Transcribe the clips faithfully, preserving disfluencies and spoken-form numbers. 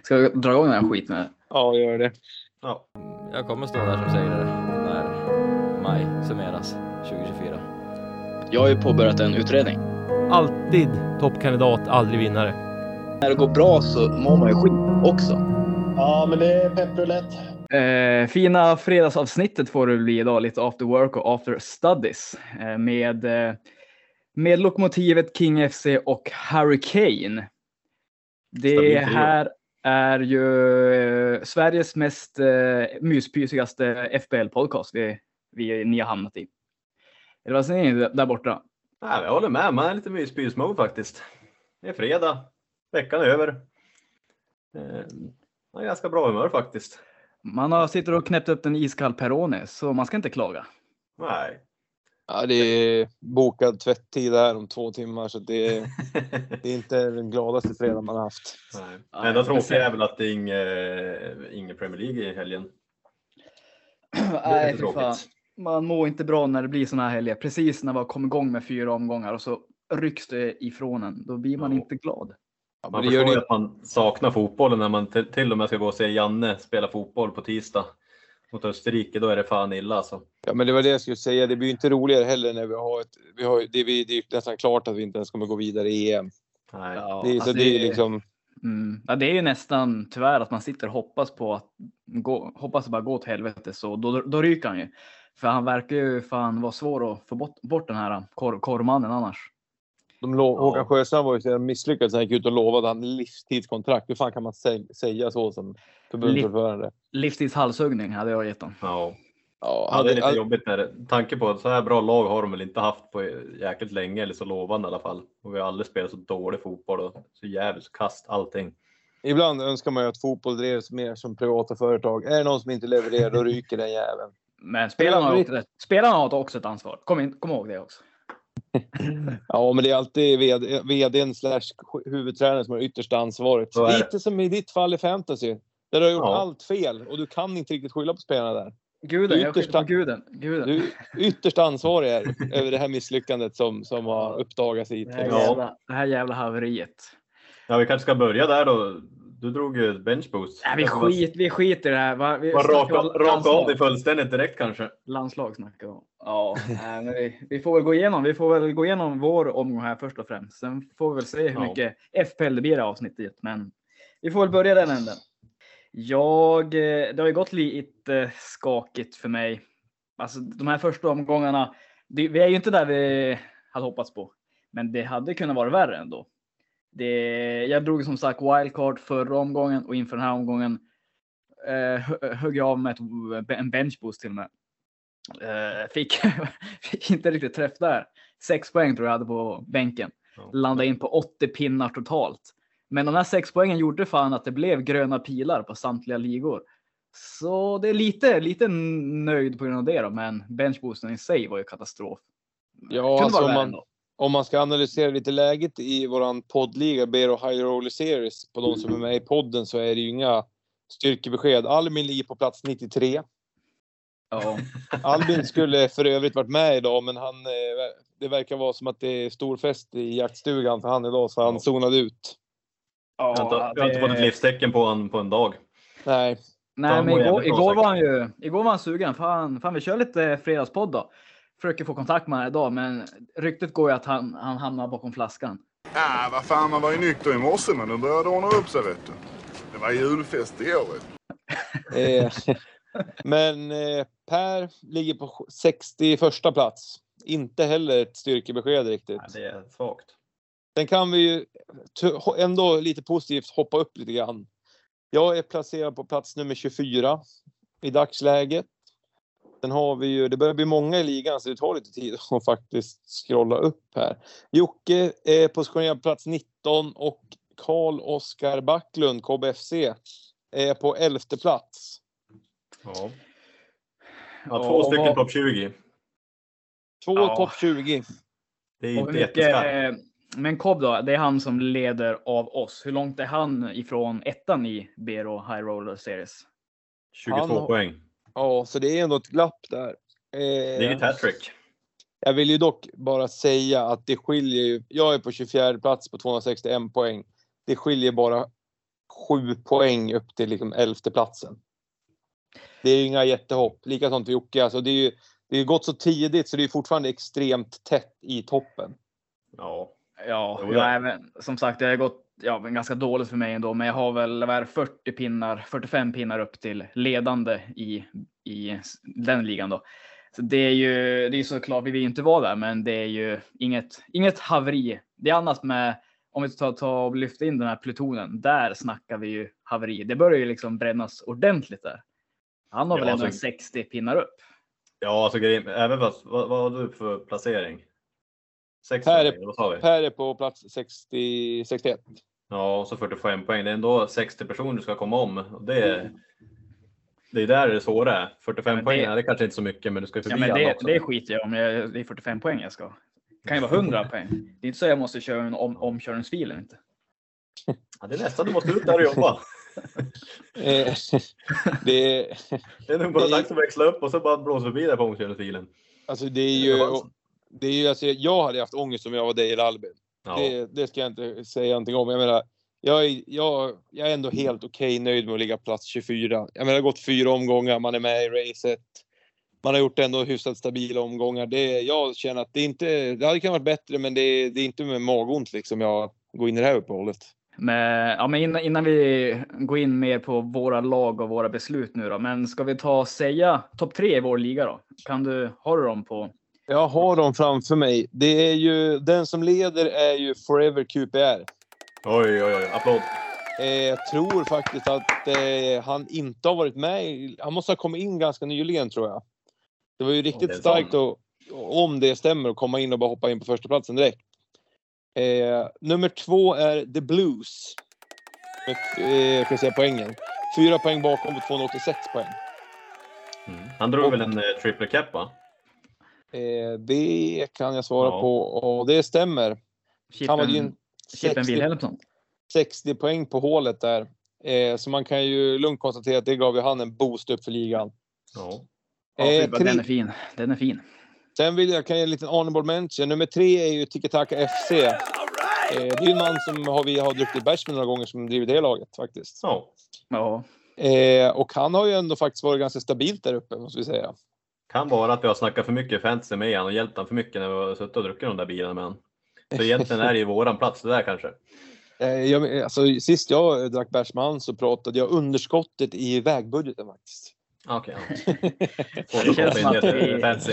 Ska jag dra igång den här skiten med? Ja, gör det. Ja. Jag kommer stå där som segrare när maj summeras tjugo tjugofyra. Jag har ju påbörjat en utredning. Alltid toppkandidat, aldrig vinnare. När det går bra så mår man ju skit också. Ja, men det är pepprulett. Eh, fina fredagsavsnittet får det bli idag. Lite after work och after studies. Eh, med, eh, med Lokomotivet, King F C och Hurricane. Det här är ju eh, Sveriges mest eh, myspysigaste F B L-podcast vi, vi, ni har hamnat i. Eller vad säger ni där borta? Nej, jag håller med. Man är lite myspysmode faktiskt. Det är fredag. Veckan är över. Eh, man är ganska bra humör faktiskt. Man har sitter och knäppt upp en iskall Peroni, så man ska inte klaga. Nej. Ja, det är bokad tvätttid här om två timmar, så det är, det är inte den gladaste fredagen man har haft. Nej. Ja, enda tråkigt är väl att det är inget inge Premier League i helgen. Nej, för fan. Man mår inte bra när det blir såna här helger. Precis när man kommer igång med fyra omgångar och så rycks det ifrån en. Då blir man ja. inte glad. Ja, man förstår ju att man saknar fotbollen när man t- till och med ska gå och se Janne spela fotboll på tisdag mot Österrike. Då är det fan illa alltså. Ja, men det var det jag skulle säga. Det blir ju inte roligare heller när vi har ett... Vi har, det, är, det är nästan klart att vi inte ens kommer gå vidare i E M. Nej. Ja, det, är, alltså så det är liksom... Mm, ja, det är ju nästan tyvärr att man sitter och hoppas på att gå, hoppas bara gå till helvete, så då, då ryker han ju. För han verkar ju fan vara svår att få bort, bort den här kor, kormannen annars. De lo- ja. Håkan Sjöstrand var ju så misslyckad, så han gick ut och lovade han livstidskontrakt. Hur fan kan man sä- säga så som förbundsordförande? Liv- livstidshalshuggning hade jag gett dem. Ja. Ja, ja, det är lite all... jobbigt när det, tanke på att så här bra lag har de väl inte haft på jäkligt länge, eller så lovande i alla fall. Och vi har aldrig spelat så dålig fotboll och så jävligt kast allting. Ibland önskar man ju att fotboll drevs mer som privata företag. Är det någon som inte levererar, då ryker den jäveln. Men spelarna har, också, spelarna har också ett ansvar. Kom, in, kom ihåg det också. Ja, men det är alltid vdn slash huvudtränaren som har yttersta ansvaret. Lite som i ditt fall i fantasy. Där du har gjort ja. allt fel och du kan inte riktigt skylla på spelarna där. Guden, jag skyller på guden. guden. Du är ytterst ansvarig är över det här misslyckandet som, som har uppdagats i. Det här, jävla, det här jävla haveriet. Ja, vi kanske ska börja där då. Du drog ju benchboost. Nej, vi, skit, vi skiter i det här. Va? Vi raka raka av det fullständigt direkt kanske. Landslag snackar vi om. Ja, nej, men vi, vi får väl gå igenom. Vi får väl gå igenom vår omgång här först och främst. Sen får vi väl se hur ja. mycket F P L det blir i avsnittet. Men vi får väl börja den änden. Jag, det har ju gått lite skakigt för mig. Alltså de här första omgångarna. Det, vi är ju inte där vi hade hoppats på. Men det hade kunnat vara värre ändå. Det, jag drog som sagt wildcard förra omgången och inför den här omgången eh, högg jag av med ett, en benchboost till och med. Eh, fick, fick inte riktigt träff där. Sex poäng tror jag hade på bänken. Landade in på åttio pinnar totalt. Men de här sex poängen gjorde fan att det blev gröna pilar på samtliga ligor. Så det är lite, lite nöjd på grund av det då. Men benchboosten i sig var ju katastrof. Ja, alltså om man... Om man ska analysera lite läget i våran poddliga Bero High Roller Series på de som är med i podden, så är det ju inga styrkebesked. Albin ligger på plats nittiotre. Ja. Albin skulle för övrigt varit med idag, men han, det verkar vara som att det är stor fest i jaktstugan för han idag, så han ja. zonade ut. Ja, jag har inte, jag har inte fått ett livstecken på han på en dag. Nej. Nej, men igår, igår var han ju igår var han sugen. Fan, fan vi kör lite fredagspodd då. Försöker få kontakt med honom idag, men ryktet går ju att han, han hamnar bakom flaskan. Ja, vad fan, man var ju nykter i morse, men nu började ordna upp sig, vet du. Det var julfest i år, vet du. Men eh, Per ligger på sextioförsta plats. Inte heller ett styrkebesked riktigt. Ja, det är svagt. Sen kan vi ju ändå lite positivt hoppa upp lite grann. Jag är placerad på plats nummer tjugofyra i dagsläget. Sen har vi ju, det börjar bli många i ligan, så det tar lite tid att faktiskt scrolla upp här. Jocke är positionerad på plats nitton och Karl Oskar Backlund, K B F C, är på elfte plats. Ja. Ja, två stycken vad... topp tjugo. Två ja. topp tjugo. Det är inte jätteskarpt. Men Cobb då, det är han som leder av oss. Hur långt är han ifrån ettan i Bero High Roller Series? tjugotvå han... poäng. Ja, så det är ändå ett glapp där. Eh, det är ett hattrick. Jag vill ju dock bara säga att det skiljer ju. Jag är på tjugofjärde plats på tvåhundrasextioen poäng. Det skiljer bara sju poäng upp till liksom elfte platsen. Det är ju inga jättehopp. Likadant för Jocke. Alltså det är ju det är gått så tidigt så det är fortfarande extremt tätt i toppen. Ja. Ja, jag är även, som sagt, det har gått ja, ganska dåligt för mig ändå, men jag har väl var fyrtio pinnar, fyrtiofem pinnar upp till ledande i, i den ligan då. Så det är ju, det är såklart, vi vill inte vara där, men det är ju inget, inget haveri. Det är annat med, om vi tar, tar och lyfter in den här plutonen, där snackar vi ju haveri. Det börjar ju liksom brännas ordentligt där. Han har ja, väl ändå alltså, sextio pinnar upp. Ja, alltså grejen, även fast, vad, vad har du för placering? sextio, Per är, vad sa vi? Per är på plats sextio, sextioett. Ja, och så fyrtiofem poäng. Det är ändå sextio personer du ska komma om. Och det är, det är där det är svåra. fyrtiofem det, poäng är det kanske inte så mycket, men du ska förbi ja, men alla det, också. det skiter jag om. Jag, det är fyrtiofem poäng jag ska. Det kan ju vara hundra poäng. Det är inte så jag måste köra en om, omkörningsfil eller inte. Ja, det är nästan du måste ut där och jobba. Eh, det, Det är nog bara det- dags att växla upp och så bara blåsa förbi där på omkörningsfilen. alltså det är ju, det är ju alltså, jag hade haft ångest om jag var dig eller Albin. Ja. Det, det ska jag inte säga någonting om. Jag menar, jag, är- jag, jag är ändå helt okej nöjd med att ligga plats tjugofyra. Jag menar, det har gått fyra omgångar, man är med i racet. Man har gjort ändå hyfsat stabila omgångar. Det, jag känner att det inte, det hade kunnat varit bättre, men det, det är inte med magont liksom jag går in i det här uppehållet. Men, ja, men innan, innan vi går in mer på våra lag och våra beslut nu då. Men ska vi ta och säga topp tre i vår liga då? Kan du, har du dem på? Jag har dem framför mig. Det är ju, den som leder är ju Forever Q P R. Oj, oj, oj. Applåd. Eh, jag tror faktiskt att eh, han inte har varit med. i- Han måste ha kommit in ganska nyligen, tror jag. Det var ju riktigt det är starkt att, om det stämmer, att komma in och bara hoppa in på första platsen direkt. Eh, nummer två är The Blues. Med, eh, jag kan säga poängen. Fyra poäng bakom på tvåhundraåttiosex poäng. Mm. Han drog Och- väl en eh, triple cap, va? Eh, det kan jag svara Ja. på, och det stämmer. Han var ju Chippen, en Chippen sextio Wilhelmsson. sextio poäng på hålet där. Eh, så man kan ju lugnt konstatera att det gav ju han en boost upp för ligan. Ja. Ja, Eh, fy vad den är tre, fin. Den är fin. sen vill jag kan ge en liten honorable mention. Nummer tre är ju Tiki-Taka F C. Eh, det är ju en man som har, vi har druckit bärs med några gånger som driver det laget faktiskt. Ja. Ja, Eh, och han har ju ändå faktiskt varit ganska stabilt där uppe, måste vi säga. Kan vara att vi har snackat för mycket fantasy med han och hjälpt han för mycket när vi har suttit och druckit de där bilarna med han. Så egentligen är det ju våran plats det där kanske. Eh, jag, alltså, sist jag drack bärs med han så pratade jag underskottet i vägbudgeten faktiskt. Okej. Ja. Får Det känns vi som hoppa in att i vi- fantasy.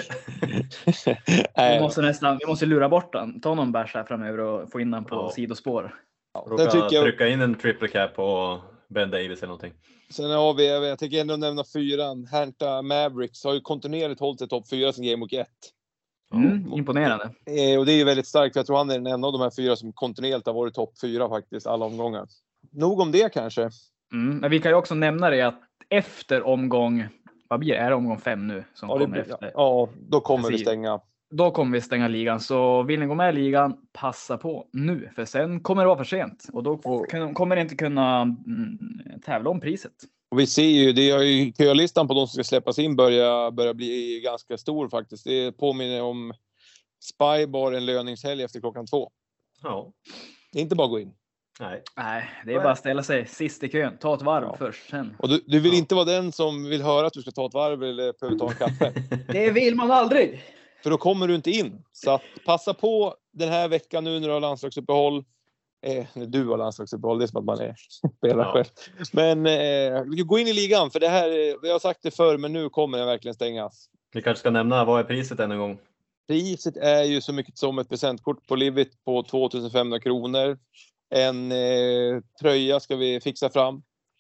vi Nej, måste nästan, vi måste lura bort den. Ta någon bärs här framöver och få in den på Ja. sidospår. den Råka tycker jag. trycka in en triple cap på Ben Davis eller någonting. Sen har vi, jag, jag tänker ändå nämna fyran. Härnta Mavericks har ju kontinuerligt hållit sig topp fyra sen Game Week ett. Mm, imponerande. Eh, och det är ju väldigt starkt, för jag tror han är den enda av de här fyra som kontinuerligt har varit topp fyra faktiskt, alla omgångar. Nog om det kanske. Mm, men vi kan ju också nämna det att efter omgång, vad blir det? Är det omgång fem nu som Ja, det, kommer blir- efter? ja då kommer Precis. vi stänga. Då kommer vi stänga ligan. Så vill ni gå med i ligan, passa på nu. För sen kommer det vara för sent. Och då Och- kan- kommer det inte kunna mm, tävla om priset. Och vi ser ju, det är ju kölistan på de som ska släppas in börjar, börjar bli ganska stor faktiskt. Det påminner om Spybar en löningshelg efter klockan två. Ja. Det är inte bara att gå in. Nej. Nej, det är bara att ställa sig sist i kön. Ta ett varv Ja. först. Sen. Och du, du vill Ja. inte vara den som vill höra att du ska ta ett varv eller behöver ta en kaffe. Det vill man aldrig. För då kommer du inte in. Så att passa på den här veckan nu när du har landslagsuppehåll. Eh, när du har landslagsuppehåll, det är som att man är spelare Ja. själv. Men eh, gå in i ligan, för det här, eh, jag har sagt det förr, men nu kommer den verkligen stängas. Vi kanske ska nämna, vad är priset än en gång? Priset är ju så mycket som ett presentkort på Livit på tvåtusenfemhundra kronor. En eh, tröja ska vi fixa fram.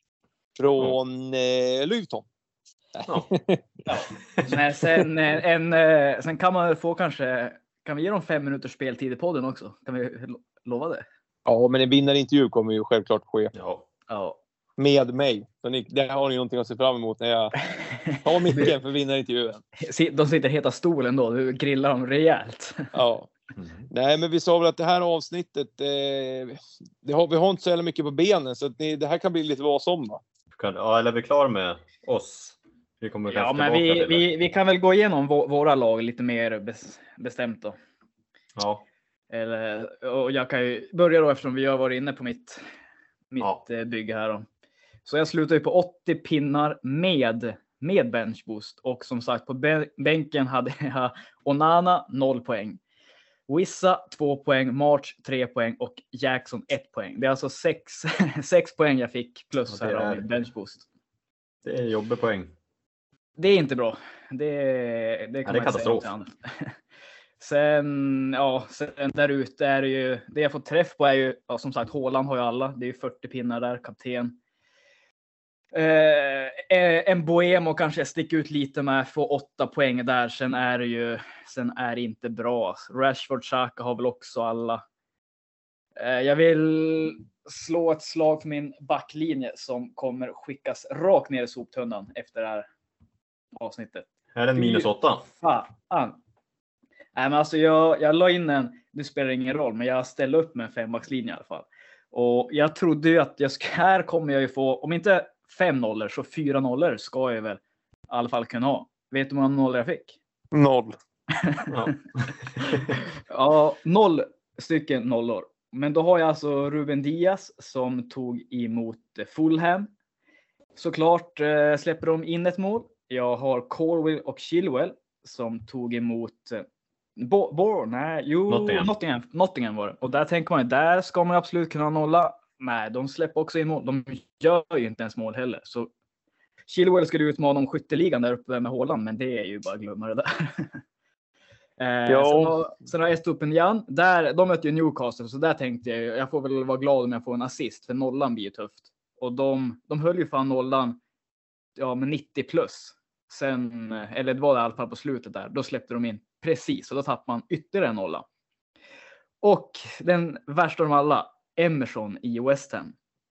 Från eh, Louis Vuitton. Ja. Men sen, eh, en, eh, sen kan man få kanske, kan vi ge dem fem minuters speltid i podden också? Kan vi lo- lova det? Ja, men en vinnarintervju kommer ju självklart ske Ja. Ja. med mig. Så ni, där har ni någonting att se fram emot när jag tar micken för vinnarintervjun. De sitter heta stolen då, du grillar dem rejält. Ja. Mm. Nej, men vi sa väl att det här avsnittet, eh, det har, vi har inte så jävla mycket på benen, så att ni, det här kan bli lite vad som, va? Kan, ja, eller är vi klar med oss? Vi kommer Ja, kanske men tillbaka vi, till det. vi, vi kan väl gå igenom vå- våra lag lite mer bes, bestämt då. Ja. Eller, och jag kan ju börja då eftersom vi har varit inne på mitt, mitt Ja. eh, bygge här då. Så jag slutar ju på åttio pinnar med, med benchboost. Och som sagt på bä- bänken hade jag Onana noll poäng. Wissa två poäng, March tre poäng och Jackson ett poäng. Det är alltså sex, sex poäng jag fick plus Ja, här det av är- min benchboost. Det är jobbig poäng. Det är inte bra. Det, det, kan det är man inte säga katastrof. något annat. Sen, ja, sen där ute är det ju, det jag får träff på är ju, ja, som sagt, Haaland har ju alla. Det är ju fyrtio pinnar där, kapten. Eh, en Boemo kanske jag sticker ut lite med, få åtta poäng där. Sen är det ju, sen är det inte bra. Rashford, Xhaka har väl också alla. Eh, jag vill slå ett slag för min backlinje som kommer skickas rakt ner i soptunnan efter det här avsnittet. Här är en minus åtta. Fan. Nej, men alltså jag, jag la in en, det spelar ingen roll, men jag ställde upp med en fembackslinje i alla fall. Och jag trodde ju att jag ska, här kommer jag ju få, om inte fem nollor så fyra nollor ska jag väl i alla fall kunna ha. Vet du hur många nollor jag fick? Noll. Ja. Ja, noll stycken nollor. Men då har jag alltså Ruben Diaz som tog emot Fulham. Såklart eh, släpper de in ett mål. Jag har Colwill och Chilwell som tog emot eh, Bo, Bo, nej, jo, Nottingham. Nottingham. Nottingham var det. Och där tänker man, där ska man absolut kunna nolla. Nej, de släpper också in mål. De gör ju inte ens mål heller. Så Chilwell skulle utmana om skytteligan där uppe med Haaland, men det är ju bara att glömma det där. eh, Ja. sen, har, sen har Estupiñán, där, de möter ju Newcastle, så där tänkte jag, jag får väl vara glad om jag får en assist, för nollan blir ju tufft. Och de, de höll ju fan nollan, ja, med nittio plus. Sen, eller det var det i alla fall på slutet där, då släppte de in precis, och då tappade man ytterligare en nolla. Och den värsta av alla, Emerson i West Ham.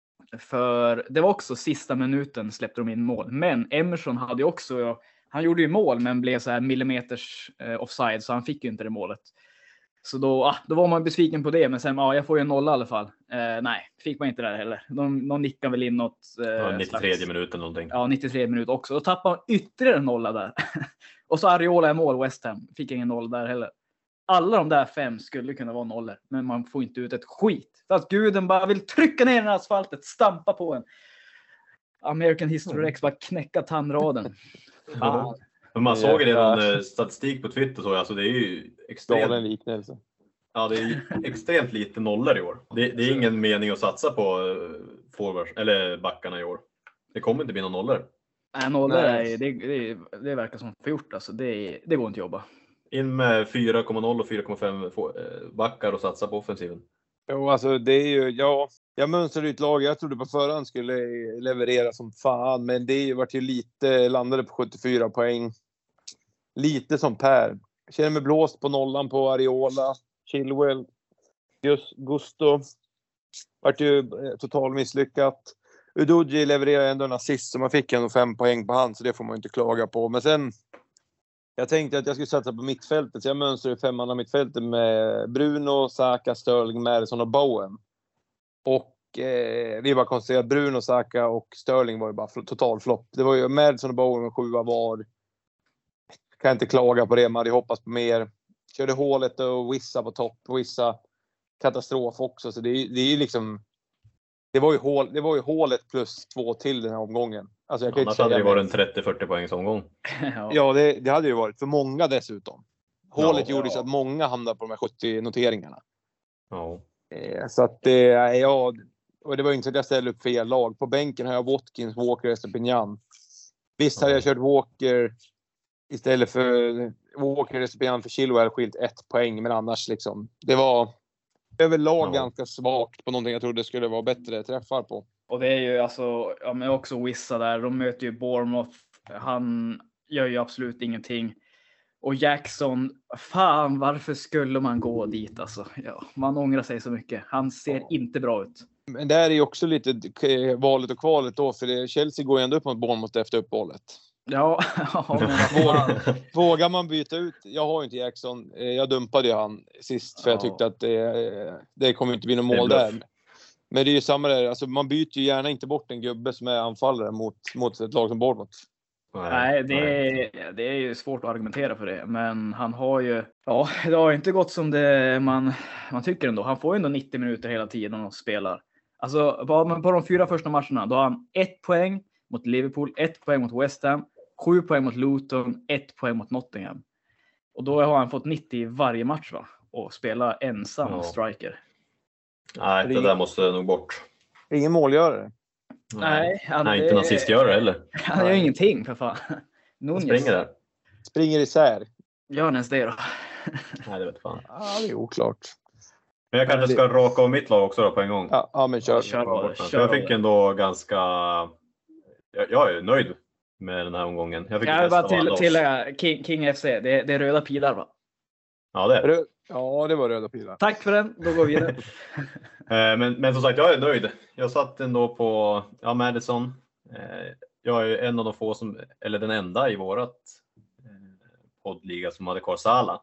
För det var också sista minuten släppte de in mål. Men Emerson hade ju också, han gjorde ju mål men blev så här millimeters eh, offside, så han fick ju inte det målet. Så då, ah, då var man besviken på det, men sen, ja, ah, jag får ju en nolla i alla fall. Eh, nej, fick man inte där heller. De, de nickade väl in något. Eh, Ja, nittiotredje slags, minuten någonting. Ja, nittiotre minut också. Då tappade man ytterligare en nolla där. Och så Areola i mål, West Ham. Fick ingen noll där heller. Alla de där fem skulle kunna vara nollor, men man får inte ut ett skit. För att guden bara vill trycka ner den asfaltet, stampa på en. American History X bara knäcka tandraden. Ja. Men man såg ju redan eh, statistik på Twitter så, alltså det är ju extremt, Galen liknelse. ja, det är ju extremt lite nollor i år. Det, det är ingen mening att satsa på eh, forwards eller backarna i år. Det kommer inte bli några nollor. Nej, nollor Nej. är, det, det, det verkar som förgjort alltså. Det, det går inte att jobba. In med fyra komma noll och fyra komma fem backar och satsa på offensiven. Jo, alltså det är ju, ja, jag mönstrade ett lag. Jag trodde på förhand skulle leverera som fan, men det vart ju lite, landade på sjuttiofyra poäng. Lite som Per. Jag känner mig blåst på nollan på Areola, Chilwell, just Gusto. Vart ju totalt misslyckat. Udogi levererade ändå en assist, så man fick ändå fem poäng på hand, så det får man inte klaga på. Men sen, jag tänkte att jag skulle satsa på mittfältet, så jag mönstrade femman av mittfältet med Bruno, Saka, Sterling, Madison och Bowen. Och eh, vi bara konstaterade att Bruno, Saka och Sterling var ju bara total flopp. Det var ju Madison och Bowen med sjua var. Kan inte klaga på det, man hade hoppats på mer. Körde hålet och Wissa på topp, Wissa katastrof också, så det, det är ju liksom, det var ju, hål, det var ju hålet plus två till den här omgången. Alltså jag kan Annars inte hade säga det varit en trettio fyrtio poängs omgång. Ja. Ja, det, det hade ju varit för många dessutom. Hålet Ja, gjorde ja. så att många hamnade på de här sjuttio noteringarna. Ja. Eh, så att det, ja, och det var inte så att jag ställde upp fel lag. På bänken har jag Watkins, Walker, Estupiñán. Visst hade jag kört Walker istället för Walker, Estupiñán för Chilwell, skilt ett poäng, men annars liksom, det var överlag Ja. ganska svagt på någonting jag trodde skulle vara bättre träffar på. Och det är ju alltså, ja, men också Wissa där. De möter ju Bournemouth. Han gör ju absolut ingenting. Och Jackson, fan varför skulle man gå dit alltså? Ja, man ångrar sig så mycket. Han ser Ja. inte bra ut. Men där är ju också lite eh, valet och kvalet då, för det, Chelsea går ju ändå upp mot Bournemouth efter uppehållet. Ja, ja men fan. Vågar man byta ut? Jag har ju inte Jackson. Eh, Jag dumpade ju han sist för jag Ja. tyckte att det, det kommer inte bli något Det är mål bluff. där. Men det är ju samma där. Alltså man byter ju gärna inte bort en gubbe som är anfallare mot, mot ett lag som Bournemouth. Nej, det är, det är ju svårt att argumentera för det. Men han har ju, ja, det har inte gått som det man, man tycker ändå. Han får ju ändå nittio minuter hela tiden och spelar. Alltså på, men på de fyra första matcherna då har han ett poäng mot Liverpool, ett poäng mot West Ham, sju poäng mot Luton, ett poäng mot Nottingham. Och då har han fått nittio i varje match va? Och spela ensam Ja. striker. Nej, det där måste nog bort. Ingen målgörare. Nej, han, Nej, inte en assistgörare heller. Han gör ingenting för fan. Han springer där. Springer isär. Gör han ens det då? Nej, det vet fan. Ja, det är oklart. Men jag kanske ska raka av mitt lag också då på en gång. Ja, ja men kör. Ja, kör bara, Så kör jag fick bara. ändå ganska... Jag, jag är nöjd med den här omgången. Jag fick Jag vill bara bästa av till, alla tillägga King, King F C. Det, det är röda pilar va? Ja, det är det. Röd... Ja, det var röda pilar. Tack för den. Då går vi vidare. Eh, Men, men som sagt, jag är nöjd. Jag satt ändå på ja, Madison. Eh, Jag är en av de få som, eller den enda i vårat eh, poddliga som hade kvar Salah.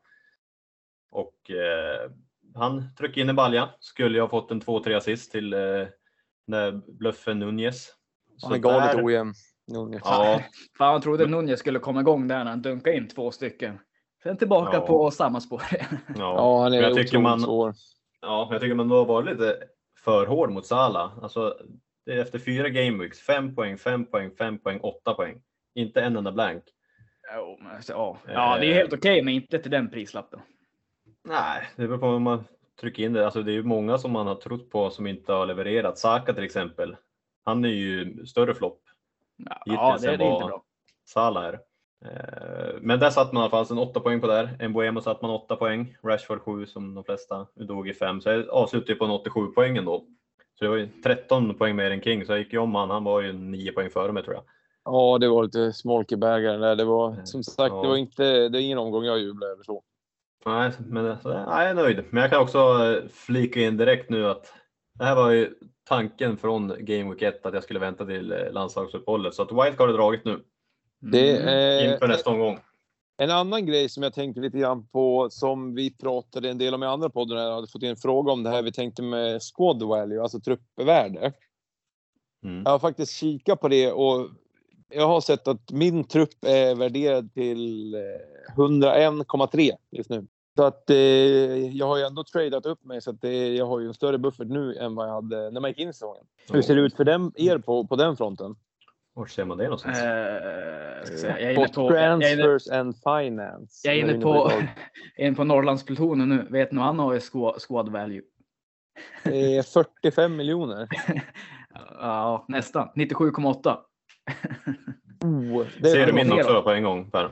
Och eh, han tryckte in en balja. Skulle jag ha fått en två tre assist till eh, när bluffen Nunez. Han är galet ojämn. Nunez. Ja, Fan, jag trodde Nunez skulle komma igång där när han dunkade in två stycken. Sen tillbaka Ja. på samma spår. ja. Ja, han är Men jag tycker otroligt man, svår. ja, jag tycker man har varit lite för hård mot Salah. Alltså, det är efter fyra gameweeks, fem poäng, fem poäng, fem poäng, åtta poäng. Inte en enda blank. Jo, men, alltså, ja. ja, det är helt okej, men inte till den prislappen. Nej, det beror på om man trycker in det. Alltså, det är ju många som man har trott på som inte har levererat. Saka till exempel. Han är ju större flopp. Ja, ja det är det inte bra. Salah är. Eh, Men där satt man i alla fall en åtta poäng på där. Mbuemo satt man åtta poäng. Rashford sju som de flesta. Udogi fem. Så jag avslutade på en åttiosju poängen då. Så det var ju tretton poäng mer än King. Så jag gick ju om han. Han var ju nio poäng före mig tror jag. Ja, det var lite smolk i bägaren där. Det var som sagt, Ja. det var inte, det är ingen omgång jag jublade över så. Nej, men så, nej, jag är nöjd. Men jag kan också eh, flika in direkt nu att det här var ju tanken från Game Week ett att jag skulle vänta till eh, landslagsuppehållet. Så att wildcard är draget nu. Det Mm. är Inför nästa omgång. en annan grej som jag tänkte lite grann på, som vi pratade en del om i andra podden. Jag hade fått in en fråga om det här vi tänkte med squad value, alltså truppvärde. Mm. Jag har faktiskt kikat på det och jag har sett att min trupp är värderad till hundraen komma tre just nu. Så att eh, jag har ju ändå tradat upp mig så att det, jag har ju en större buffert nu än vad jag hade när man gick in i säsongen. Hur ser det ut för dem, er på, på den fronten? Var ser man det någonstans? Eh, ska jag, jag är På inne på, jag är inne, transfers and finance. jag är inne på, jag är inne på Norrlandsplutonen nu. Vet ni vad han har i squad, squad value? Det är fyrtiofem miljoner. Ja, nästan. nittiosju komma åtta. Oh, det Ser är du min fel. också då på en gång Per?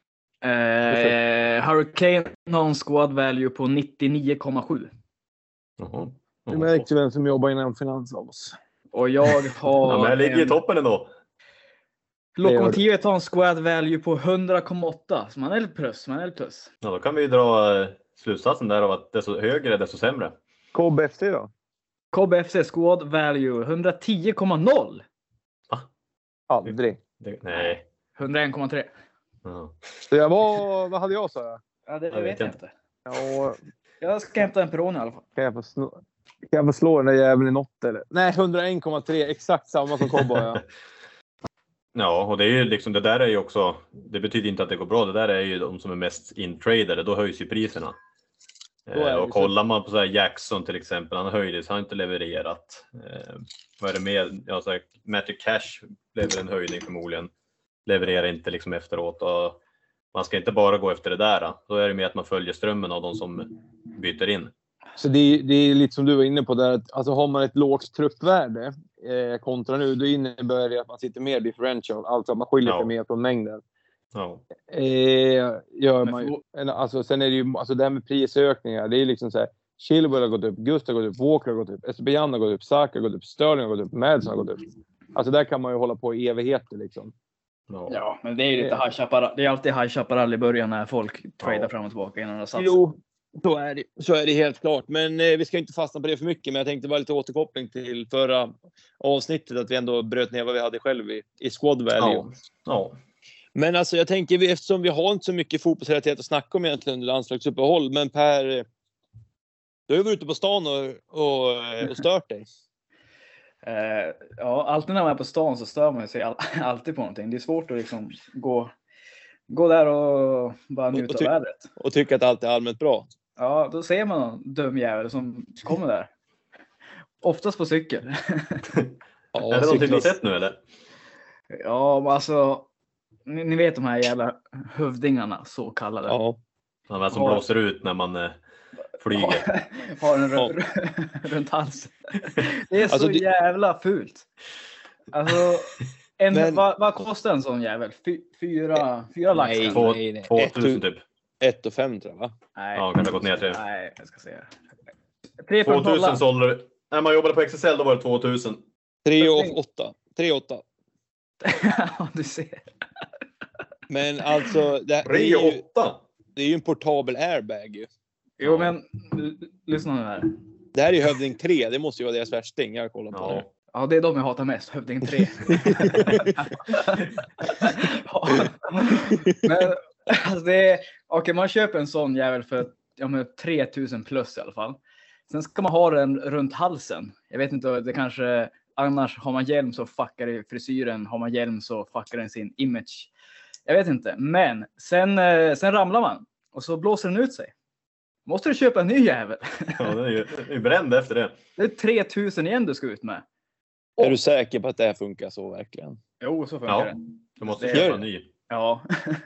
Eh, Hurricane har en squad value på nittionio komma sju. Jaha. Du märker vem som jobbar inom finans av oss. Och jag har... Ja, men jag ligger i en- toppen ändå. Lokomotivet har en squad value på hundra komma åtta. Så man är lite plus. Man är lite plus. Ja, då kan vi ju dra eh, slutsatsen där av att desto högre desto sämre. K B F C då? K B F C squad value hundratio komma noll. Aldrig. Det, nej. hundraen komma tre. Ja. Så jag var, vad hade jag sa jag? Ja, det Jag vet vet jag inte. inte. Ja, Jag ska hämta en Peroni i alla fall. kan jag få slå, kan jag få slå den där jäveln i något eller? Nej, hundraen komma tre. Exakt samma som Kobbo. Ja. Ja, och det är ju liksom, det där är ju också, det betyder inte att det går bra. Det där är ju de som är mest intradade, då höjs ju priserna. Då är det Eh, och så. kollar man på så här Jackson till exempel, han höjdes, han har inte levererat. Eh, vad är det med? Ja, så här, Matthew Cash blev en höjning förmodligen. Levererar inte liksom efteråt. Och man ska inte bara gå efter det där. Då är det mer att man följer strömmen av de som byter in. Så det är, det är lite som du var inne på där. Att, alltså har man ett lågt truppvärde eh, kontra nu, då innebär det att man sitter mer differential. Alltså att man skiljer sig Ja. mer från mängden. Ja. Eh, gör Men man ju. för- Eller, Alltså, sen är det ju alltså det här med prisökningar. Det är liksom så här. Chilwell har gått upp, Gustav har gått upp, Walker har gått upp, Esteban har gått upp, Saka har gått upp, Sterling har gått upp, Madsen har gått upp. Alltså där kan man ju hålla på i evigheter liksom. Ja. Ja, men det är ju lite High Chaparral. Det är alltid High Chaparral i början när folk tradar Ja. fram och tillbaka innan det satsar. Jo, så är det, så är det helt klart. Men eh, vi ska inte fastna på det för mycket. Men jag tänkte bara lite återkoppling till förra avsnittet. Att vi ändå bröt ner vad vi hade själv i, i squad value. Ja. Ja. Men alltså jag tänker, vi- eftersom vi har inte så mycket fotbollsrelaterat att snacka om egentligen under landslagsuppehåll. Men Per, eh, du har varit ute på stan och, och, och stört dig. Eh, ja, alltid när man är på stan så stör man sig all, alltid på någonting. Det är svårt att liksom gå, gå där och bara njuta Och ty- av vädret. Och tycker att allt är allmänt bra. Ja, då ser man någon dum jävel som kommer där. Oftast på cykel. Ja, är det någonting du har sett nu eller? Ja, men alltså. Ni, ni vet de här jävla hövdingarna, så kallade. Ja. De här som har... blåser ut när man eh, flyger. Har en ja. runt halsen. Det är alltså, så du... jävla fult. Alltså, en, men... vad, vad kostar en sån jävel? Fy, fyra, fyra lax? Nej, två, nej, nej. tvåtusen typ. Ett och fem tror jag va? Nej. Ja, kan ha gått ner till. Nej, jag ska se. tvåtusen sålde. När man jobbade på X S L då var det tvåtusen. tre och åtta. tre och åtta. Ja, du ser. Men alltså det, det, är ju, det är ju en portabel airbag ju. Jo men lyssna nu här. Det här är ju Hövding tre, det måste ju vara deras värsting. Jag kollar på ja. det. Ja, det är de jag hatar mest, Hövding tre. Ja. Men alltså det är okej, okay, man köper en sån jävel för ja, men tre tusen plus i alla fall. Sen ska man ha den runt halsen. Jag vet inte, det kanske annars har man hjälm så fuckar det frisyren, har man hjälm så fuckar den sin image. Jag vet inte, men sen, sen ramlar man och så blåser den ut sig. Måste du köpa en ny jävel? Ja, det är ju det är bränd efter det. Det är tre tusen igen du ska ut med. Och, är du säker på att det här funkar så verkligen? Jo, så funkar ja, det. Du måste det, köpa en ny. Ja.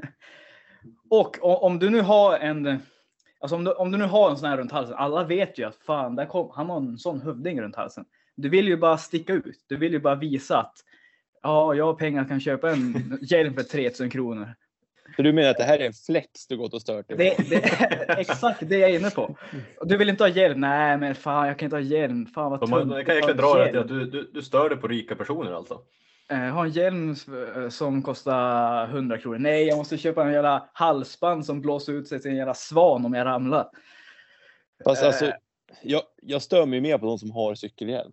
Och om du nu har en... Alltså om du, om du nu har en sån här runt halsen. Alla vet ju att fan, där kom, han har en sån hövding runt halsen. Du vill ju bara sticka ut. Du vill ju bara visa att ja, jag har pengar, kan köpa en hjälm för tre tusen kronor. Så du menar att det här är en flex du gått och stört? Det, det är exakt det jag är inne på. Du vill inte ha hjälm? Nej, men fan, jag kan inte ha hjälm. Fan vad tungt. Jag kan egentligen dra det till att du, du, du stör dig på rika personer alltså. Uh, ha en hjälm som kostar hundra kronor. Nej, jag måste köpa en jävla halsband som blåser ut sig till en jävla svan om jag ramlar. Fast uh, alltså, jag, jag stör mig mer på de som har cykelhjälm.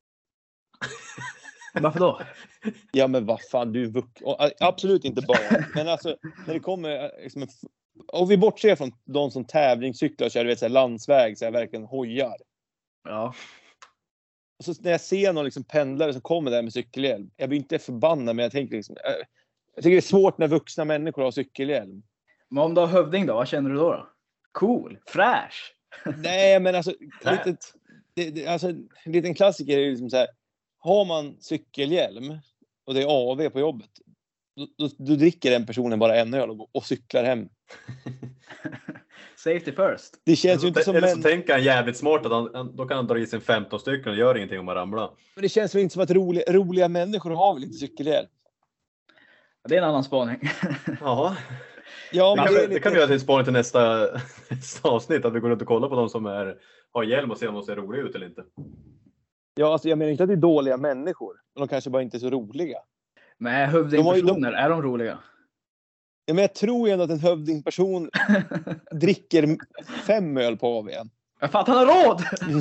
Varför då? Ja men vad fan, du är vux... Absolut inte bara. Men alltså, när det kommer... Liksom, och vi bortser från de som tävlingscyklar och kör, du vet, så här, landsväg, så här, verkligen hojar. Ja. Och så när jag ser någon liksom, pendlare som kommer där med cykelhjälm, jag blir inte förbannad, men jag tänker liksom... Jag tycker det är svårt när vuxna människor har cykelhjälm. Men om du har hövding då, vad känner du då? då? Cool, fräsch. Nej, men alltså... Lite, det, det, alltså en liten klassiker är ju liksom så här... Har man cykelhjälm och det är A V på jobbet, då, då, då dricker den personen bara en öl och, och cyklar hem. Safety first. Det känns alltså, ju inte som eller så en... tänker han jävligt smart att han, då kan han dra i sin femton stycken och gör ingenting om man ramlar. Men det känns väl inte som att roliga, roliga människor har väl inte cykelhjälm? Det är en annan spaning. Ja. Ja, det, men kan, det, det lite... kan vi göra till spaning till nästa, nästa avsnitt, att vi går runt och kollar på de som är, har hjälm och ser om de ser roliga ut eller inte. Ja, alltså jag menar inte att det är dåliga människor. Men de kanske bara inte är så roliga. Men hövdingpersoner, de... är de roliga? Ja, men jag tror ju ändå att en hövdingperson dricker fem öl på A V. Jag fattar, han har råd!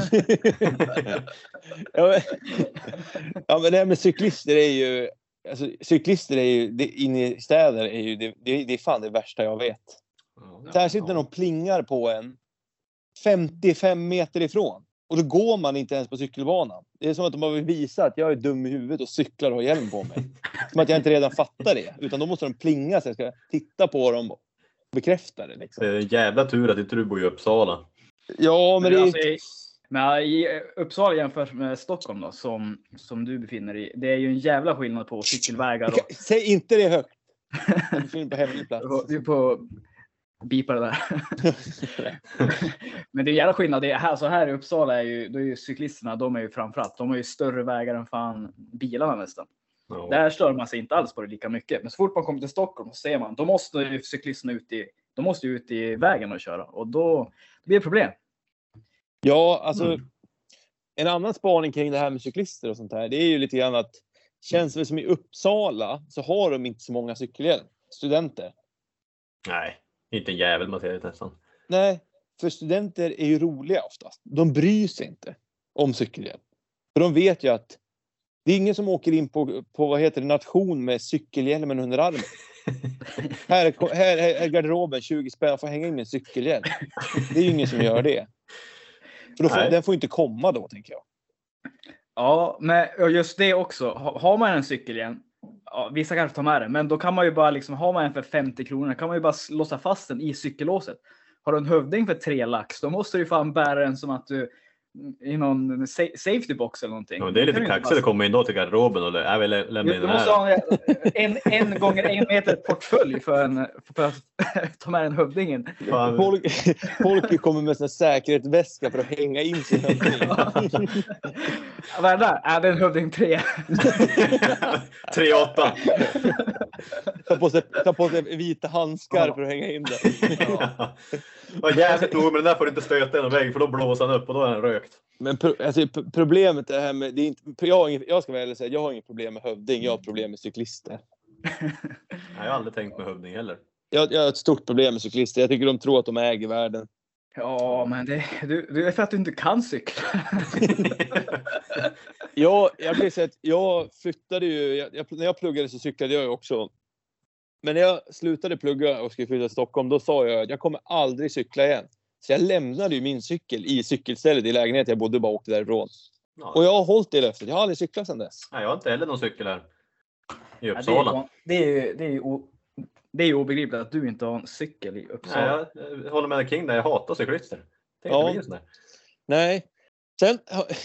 ja, men, ja, men det här med cyklister är ju... Alltså, cyklister är ju... Det, inne i städer är ju... Det, det, det är fan det värsta jag vet. Ja, särskilt när de plingar på en femtiofem meter ifrån. Och då går man inte ens på cykelbanan. Det är som att de bara vill visa att jag är dum i huvudet och cyklar och har hjälm på mig. Som att jag inte redan fattar det. Utan då måste de plinga så jag ska titta på dem och bekräfta det. Liksom. Det är en jävla tur att inte du bor i Uppsala. Ja, men, men det... Alltså, i, men i Uppsala jämfört med Stockholm då, som, som du befinner i. Det är ju en jävla skillnad på cykelvägar. Och... Säg inte det högt. Jag befinner på hemlig plats. Du är på... Bipa det där. Men det är en jävla skillnad. Det är här, så här i Uppsala är ju, då är ju cyklisterna, de är ju framförallt, de har ju större vägar än fan bilarna nästan. Oh. Där stör man sig inte alls på det lika mycket. Men så fort man kommer till Stockholm så ser man, då måste ju cyklisterna ut i, de måste ju ut i vägen och köra. Och då blir det problem. Ja, alltså mm. en annan spaning kring det här med cyklister och sånt här, det är ju lite grann att känns det som i Uppsala så har de inte så många cykelhjälm, studenter. Nej. Inte en jävel man ser det nästan. Nej, för studenter är ju roliga oftast. De bryr sig inte om cykelhjälm. För de vet ju att det är ingen som åker in på, på vad heter det, nation med cykelhjälmen under armen. här, är, här är garderoben, tjugo spänn, får hänga in med en cykelhjälm. Det är ju ingen som gör det. För då får, den får inte komma då, tänker jag. Ja, men just det också. Har man en cykelhjälm, ja, vissa kanske tar med det, men då kan man ju bara liksom, har man en för femtio kronor kan man ju bara låsa fast den i cykellåset. Har du en hövding för tre lax, då måste du ju fan bära den som att du i någon safety box eller någonting. Ja, det är lite kaxigt att komma in då till garderoben och jag vill lämna in du den måste här. ha en, en gånger en meter portfölj för, en, för att ta med en hövdingen. Folk, folk kommer med sån säkerhetsväska för att hänga in sin hövding. Vad är det där? Är det en hövding tre? tre åtta. Ta på sig, ta på sig vita handskar ja. För att hänga in den. Ja. Var jävligt nog, men den där får du inte stöta i någon vägg för då blåser han upp och då är den rökt. Men pro, alltså, problemet är här med, det är inte, jag, har inget, jag ska väl säga, jag har inget problem med hövding, jag har problem med cyklister. Nej, jag har aldrig tänkt med hövding heller. Jag, jag har ett stort problem med cyklister, jag tycker de tror att de äger världen. Ja, men det, du, det är för att du inte kan cykla. Ja, jag kan säga att jag flyttade ju, jag, jag, när jag pluggade så cyklade jag också. Men när jag slutade plugga och skulle flytta till Stockholm, då sa jag att jag kommer aldrig cykla igen. Så jag lämnade ju min cykel i cykelstället i lägenheten jag bodde och bara åkte därifrån. Ja. Och jag har hållit det löftet, jag har aldrig cyklat sedan dess. Nej, jag har inte heller någon cykel här i Uppsala. Ja, det är ju det är ju det är ju obegripligt att du inte har en cykel i Uppsala. Nej, jag håller med kring det, jag hatar cyklister. Tänk ja. Det blir sån där. Nej. Sen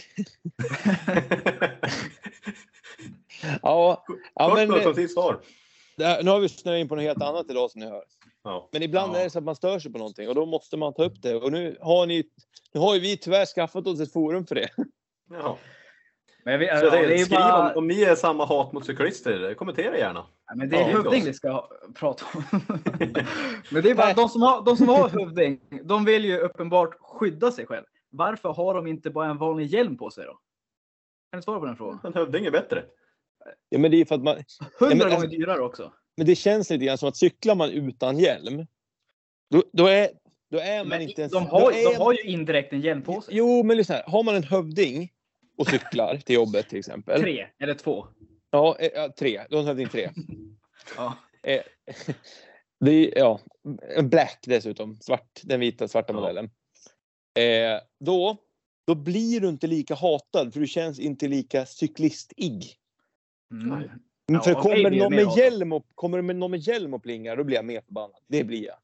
ja, ja men kort och koncist svar. Här, nu har vi snöat in på något helt annat idag som ni hör. Ja. Men ibland ja. är det så att man stör sig på någonting och då måste man ta upp det. Och nu har ni, nu har ju vi tyvärr skaffat oss ett forum för det. Ja. Men jag vet, så ja, det, det är skriv bara... om, om ni är samma hat mot cyklister, kommentera gärna. Ja, men det är ja, hövding vi ska prata om. Men det är bara de som, har, de som har hövding, de vill ju uppenbart skydda sig själv. Varför har de inte bara en vanlig hjälm på sig då? Kan du svara på den frågan? En hövding är bättre. Ja, men det är för att man... Hundra ja, gånger alltså, dyrare också. Men det känns lite grann som att cyklar man utan hjälm, då, då, är, då är man men inte ens... De har, är, de har ju indirekt en hjälm på sig. Jo, men lyssna här. Har man en hövding och cyklar till jobbet till exempel. Tre eller två. Ja, ja tre. De har en hövding tre. Ja. Eh, det är, ja, en black dessutom. Svart, den vita svarta ja. modellen. Eh, då, då blir du inte lika hatad för du känns inte lika cyklistig. Mm. Men för ja, kommer någon med hjälm och kommer med någon med hjälm och plingar, då blir jag mer förbannad. Det blir jag.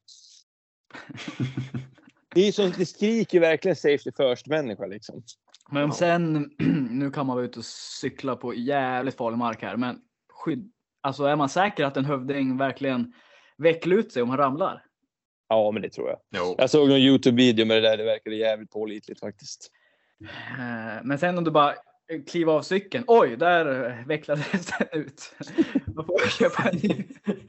Det är så, det skriker verkligen safety first människa liksom. Men ja. sen nu kan man vara ute och cykla på jävligt farlig mark här, men skydd, alltså är man säker att en hövding verkligen vecklar ut sig om han ramlar? Ja, men det tror jag. Jo. Jag såg någon YouTube-video med det där, det verkade jävligt pålitligt faktiskt. Men sen om du bara kliva av cykeln. Oj, där vecklades den ut. Då får jag köpa en ny.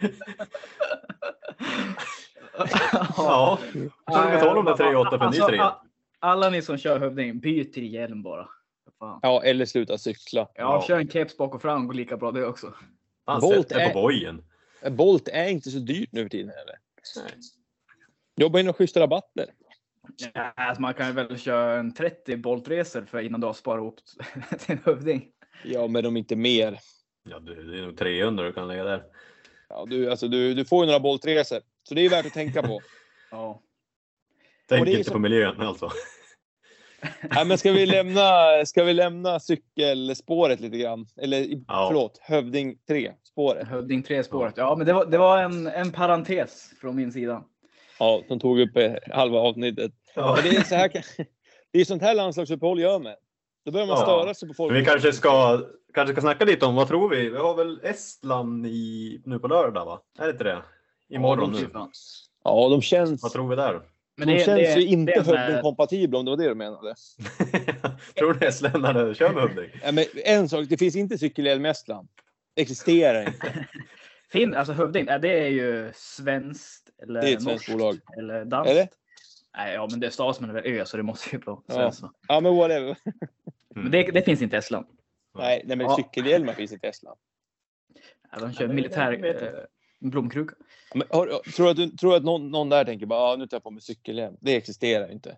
Ja, får du betala de där tre åtta för en ny tre. Alla ni som kör hövding, byt till hjälm bara. Fan. Ja, eller sluta cykla. Ja, ja. Kör en keps bak och fram, går lika bra det också. Han sätter är... på bojen. Bolt är inte så dyrt nu för tiden heller. Nej. Jobba in och schyssta rabatter. Ja, alltså man kan väl köra en trettio boltresor för innan du har sparat ihop till en hövding. Ja, men de inte mer. Ja, det är nog trehundra du kan lägga där. Ja, du, alltså, du, du får ju några boltresor. Så det är värt att tänka på. Ja. Tänk inte så... på miljön alltså. Nej, men ska vi lämna, ska vi lämna cykelspåret lite grann? Eller ja. förlåt, Hövding tre spåret. Hövding tre spåret. Ja, men det var, det var en, en parentes från min sida. Ja, som tog upp halva avsnittet. Ja. Det är så här, det är sånt här landslagsuppehåll gör med. Då börjar man ja. störa sig på folk. Men vi kanske ska, kanske ska snacka lite om, vad tror vi? Vi har väl Estland i, nu på lördag, va? Är det inte det? Imorgon ja, de nu. Ja, de känns... Vad tror vi där? Men det, de känns det, ju inte Hövding-kompatibla om det var det du menade. Tror du Estländare kör med Hövding? Ja, men en sak, det finns inte cykelhjälm i Estland. Det existerar inte. Fin, alltså Hövding, det är ju svenskt eller det är ett svenskt bolag. Eller danskt. Är det? Nej, ja, men det är stas men det är väl ö så det måste ju vara svenskt. Ja. ja, men whatever. Mm. Men det, det finns inte i Estland. Nej, nej men ja. cykelhjälmar finns inte i Estland. Ja, de kör ja, militär äh, blomkruka. Men, har, tror att, du, tror att någon, någon där tänker bara, ah, nu tar jag på mig cykelhjälm. Det existerar inte.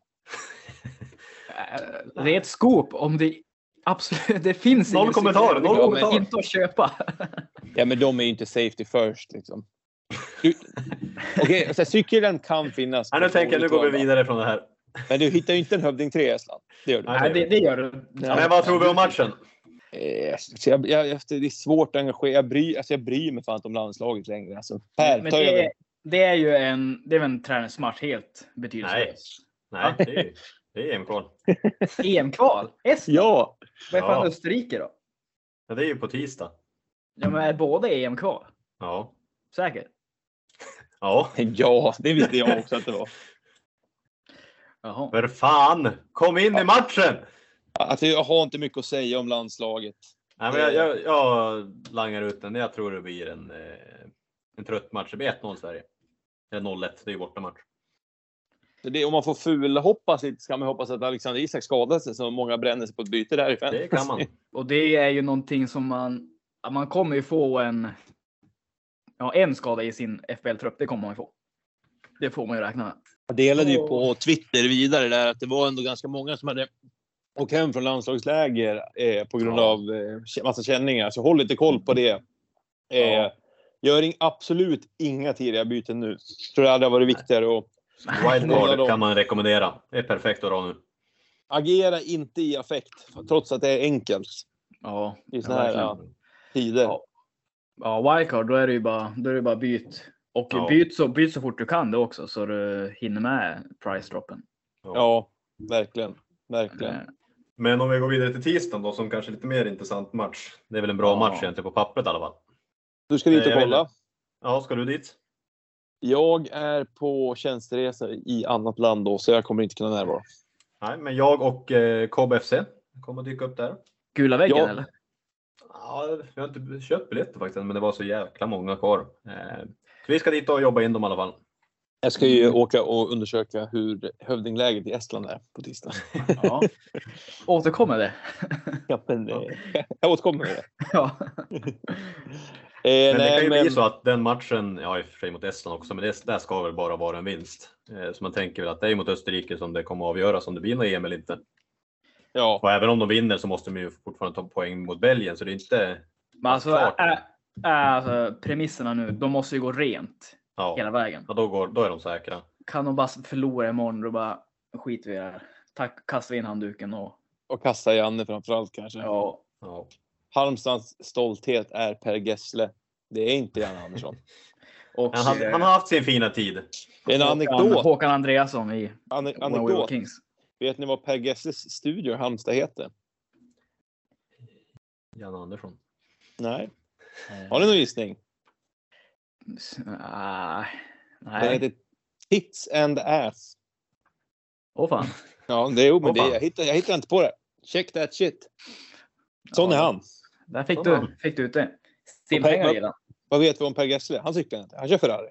Det är ett skop om det absolut, det finns noll kommentarer, noll kommentarer. Inte att köpa. Ja, men de är ju inte safety first liksom. Okej, okay, cykelhjälm kan finnas. Ja, nu tänker jag, nu går vi vidare från det här. Men du hittar ju inte en Hövding tre i Estland. Det gör du. Nej, det, det gör du. Ja, men vad tror vi om matchen? Eh, jag, jag, det är svårt att engagera. Jag bryr, alltså jag bryr mig fan inte om landslaget längre. Alltså, per, men det är, det är ju en, det är en träningsmatch helt betydelselös. Nej, nej det, är, Det är E M-kval. E M-kval? Estland? Ja. Vad är fan Ja. Österrike då? Ja, det är ju på tisdag. Ja, men är båda E M-kval? Ja. Säkert. Ja. Ja, det visste jag också att det var. Jaha. För fan! Kom in i matchen! Alltså, jag har inte mycket att säga om landslaget. Nej, men jag, jag, jag langar ut den. Jag tror det blir en, eh, en trött match. Det blir ett noll Sverige. Eller noll ett, det är ju bortamatch. Det, om man får ful hoppas lite ska man hoppas att Alexander Isak skadar sig så många bränner sig på ett byte där i fem. Det kan man. Och det är ju någonting som man... Man kommer ju få en... Ja, en skada i sin F B L-trupp. Det kommer man ju få. Det får man ju räkna med. Jag delade ju på Twitter vidare där att det var ändå ganska många som hade åkt hem från landslagsläger eh, på grund Ja. av eh, massa känningar. Så håll lite koll på det. Eh, Ja. Gör in, absolut inga tidiga byten nu. Tror jag hade varit viktigare att Wildcard kan man rekommendera. Det är perfekt att dra nu. agera inte i affekt. Trots att det är enkelt Ja, i såna här verkligen. ja, tider. Ja. Ja, wildcard, då är det ju bara, då är det bara byt. Och Ja. byt, så, byt så fort du kan det också så du hinner med price-droppen. Ja, verkligen. Verkligen. Eh, Men om vi går vidare till tisdagen då, som kanske lite mer intressant match. Det är väl en bra Ja. match egentligen på pappret i alla fall. Du ska dit och Jag vet kolla. inte. Ja, ska du dit? Jag är på tjänsteresa i annat land då, så jag kommer inte kunna närvara. Nej, men jag och eh, K B F C kommer dyka upp där. Gula väggen Ja. eller? Ja, jag har inte köpt biljetter faktiskt, men det var så jäkla många kvar. Eh, så vi ska dit och jobba in dem i alla fall. Jag ska ju åka och undersöka hur hövdingläget i Estland är på tisdag. Ja. Återkommer det. Ja, men, eh, jag återkommer med det. Ja. Eh, Men det nej, kan ju men, bli så att den matchen, ja i och för sig mot Estland också, men det där ska väl bara vara en vinst. Eh, så man tänker väl att det är mot Österrike som det kommer att avgöras om det blir något E M eller inte. ja, Och även om de vinner så måste de ju fortfarande ta poäng mot Belgien, så det är inte... Men alltså, klart. äh, äh, alltså, premisserna nu, de måste ju gå rent Ja, hela vägen. ja då, går, då är de säkra. Kan de bara förlora imorgon då bara skiter vi i det här. Tack, kastar vi in handduken och och kasta Janne framförallt kanske. ja. Ja. Halmstads stolthet är Per Gessle. Det är inte Jan Andersson. Och Han, hade, eh, han har haft sin fina tid. Det är en Håkan, anekdot. Håkan Andreasson i Ane- When We Were anekdot. Kings. Vet ni vad Per Gessles studio i Halmstad heter? Jan Andersson. Nej. Har ni någon gissning? Ah, Den nej. heter Tits and Ass. Åh fan. Ja, det är jo, men Åh, det, fan. jag, hittar, jag hittar inte på det. Check that shit. Sån är Ja. han. Där fick Sån du, han. fick du ut det. Och Simpengar Per- gillar Vad vet vi om Per Gessle? Han cyklar inte. Han kör Ferrari.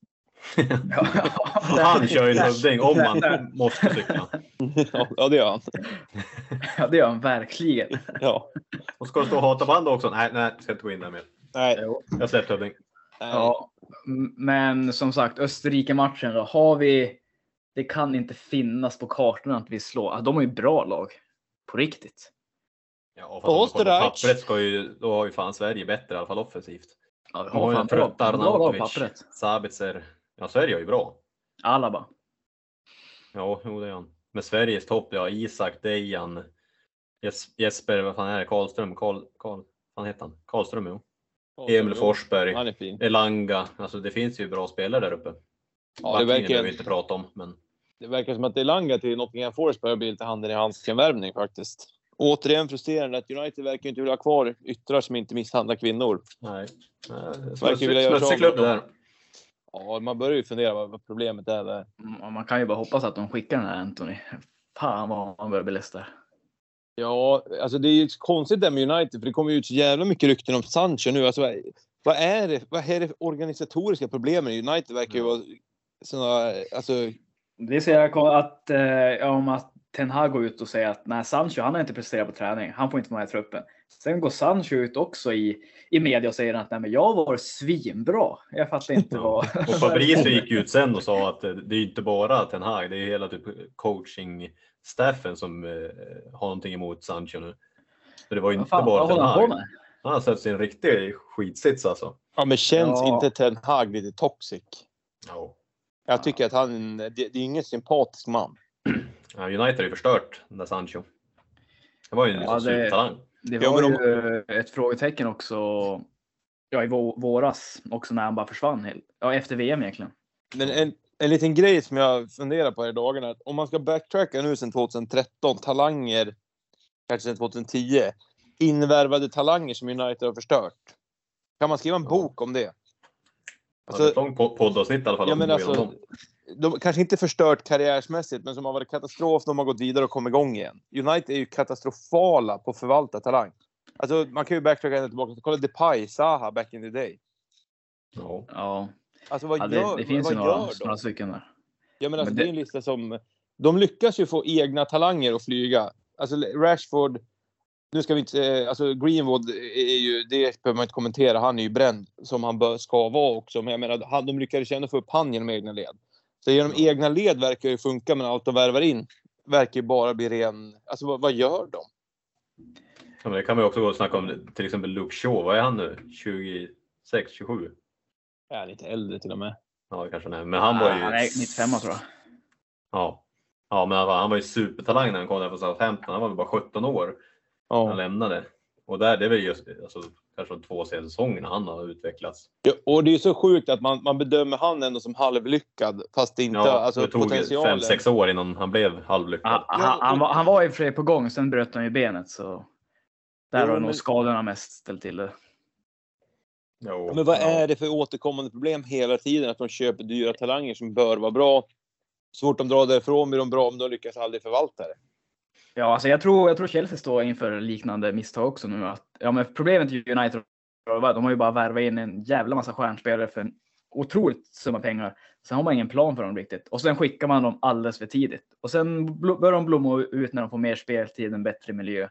ja. Han kör ju hövding om man måste cykla. Ja, ja, det gör han. Ja, det gör han verkligen. Ja. Och ska du stå och hata band också? Nej, nej, jag ska inte gå in där mer. Nej. Jo. Jag släppte hövding. Nej. Ja, m- men som sagt, Österrike-matchen då. Har vi... Det kan inte finnas på kartorna att vi slår. Ah, de har ju bra lag. På riktigt. Ja, fast om man kollar på Österreich. pappret ska ju, då har ju fan Sverige bättre i alla fall offensivt. Ja, vi De har har ju fan bra, trötta bra lag på Arnautovic, pappret. Sabitzer. Ja, Sverige är ju bra. Alaba. Ja, jo, det är han. Med Sveriges topp, ja, Isak, Dejan, Jes- Jesper, vad fan är det? Karlström, Karl, Karl, vad heter han? Karlström, jo. Emil Forsberg, Han är fin. Elanga. Alltså det finns ju bra spelare där uppe. Ja, det Backlinjen behöver vi verkar, inte prata om, men det verkar som att Elanga till Nottingham Forest börjar bli lite handen i handsken-värvning faktiskt. Återigen frustrerande att United verkar inte vilja ha kvar yttrar som inte misshandlar kvinnor. nej. Verkar vilja göra Smutsig så. klubb det där. Ja, man börjar ju fundera vad vad problemet är där. Mm, Man kan ju bara hoppas att de skickar den här Anthony. Fan vad han börjar bli less där. Ja, alltså det är ju konstigt där med United för det kommer ju ut så jävla mycket rykten om Sancho nu. Alltså, vad, vad är det? Vad är det organisatoriska problemen? United verkar ju vara såna, alltså, Det ser jag att, eh, om att Ten Hag går ut och säger att nej, Sancho han har inte presterat på träning. Han får inte vara med i truppen. Sen går Sancho ut också i, i media och säger att nej, men jag var svinbra. Jag fattar inte vad... Ja. Och Fabrizio gick ut sen och sa att det är inte bara Ten Hag, det är hela typ coaching-staffen som eh, har någonting emot Sancho nu. Så det var ju Vad inte fan, bara vad Ten håller han på Hag. med? Han har sett sin riktiga skitsits alltså. ja, men känns Ja. inte Ten Hag lite toxic? Ja. Jag tycker att han, det, det är ingen sympatisk man. Ja, United har ju förstört den där Sancho. Det var ju en Ja, liksom det- supertalang. Det Ja, var men ju ett frågetecken också ja, i vå- våras också när han bara försvann helt. Ja, efter V M egentligen. Men en, en liten grej som jag funderar på här i dagarna. Att om man ska backtracka nu sedan tjugohundratretton, talanger kanske sedan tjugohundratio, invärvade talanger som United har förstört. Kan man skriva en bok om det? Alltså, ja, det är ett långt poddavsnitt i alla fall. Ja, men alltså, de kanske inte förstört karriärsmässigt, men som har varit katastrof. De har gått vidare och kommit igång igen. United är ju katastrofala på att förvalta talang. Alltså, man kan ju backtracka tillbaka. Kolla Depay, Zaha back in the day. Ja. Ja. Alltså, vad Ja, det, gör, det finns vad ju gör några, de? några stycken där. Ja, men alltså, men det... det är en lista som... De lyckas ju få egna talanger att flyga. Alltså, Rashford... Nu ska vi inte... Alltså, Greenwood är ju... Det behöver man inte kommentera. Han är ju bränd som han bör, ska vara också. Men jag menar, han, de lyckades ändå få upp han genom egna led. Så genom ja. egna led verkar ju funka, men allt de värvar in verkar ju bara bli ren... Alltså, vad, vad gör de? Ja, men det kan man ju också gå och snacka om. Till exempel Luke Shaw. Vad är han nu? tjugosex, tjugosju? Ja, lite äldre till och med. Ja, det kanske nej. Men han var ju... Han är nittiofem, tror jag. Ja. Ja, men han var, han var ju supertalang när han kom där på Southampton. Han var väl bara sjutton år ja. när han lämnade. Och där, det är väl just alltså, kanske de två senaste säsongerna han har utvecklats. Ja, och det är så sjukt att man, man bedömer han ändå som halvlyckad. Fast inte, ja, alltså det tog potentialen. fem sex år innan han blev halvlyckad. Han, han, han, var, han var i och för sig på gång, sen bröt han ju benet. Så där jo, har men... nog skadorna mest ställt till det. Jo, men vad ja. är det för återkommande problem hela tiden? Att de köper dyra talanger som bör vara bra. Så fort de drar därifrån blir de bra, om de lyckas aldrig förvalta det. Ja, alltså jag tror, jag tror Chelsea står inför liknande misstag också nu. Att, ja, men problemet i United, de har ju bara värvat in en jävla massa stjärnspelare för en otroligt summa pengar. Sen har man ingen plan för dem riktigt. Och sen skickar man dem alldeles för tidigt. Och sen börjar de blomma ut när de får mer speltid, en bättre miljö.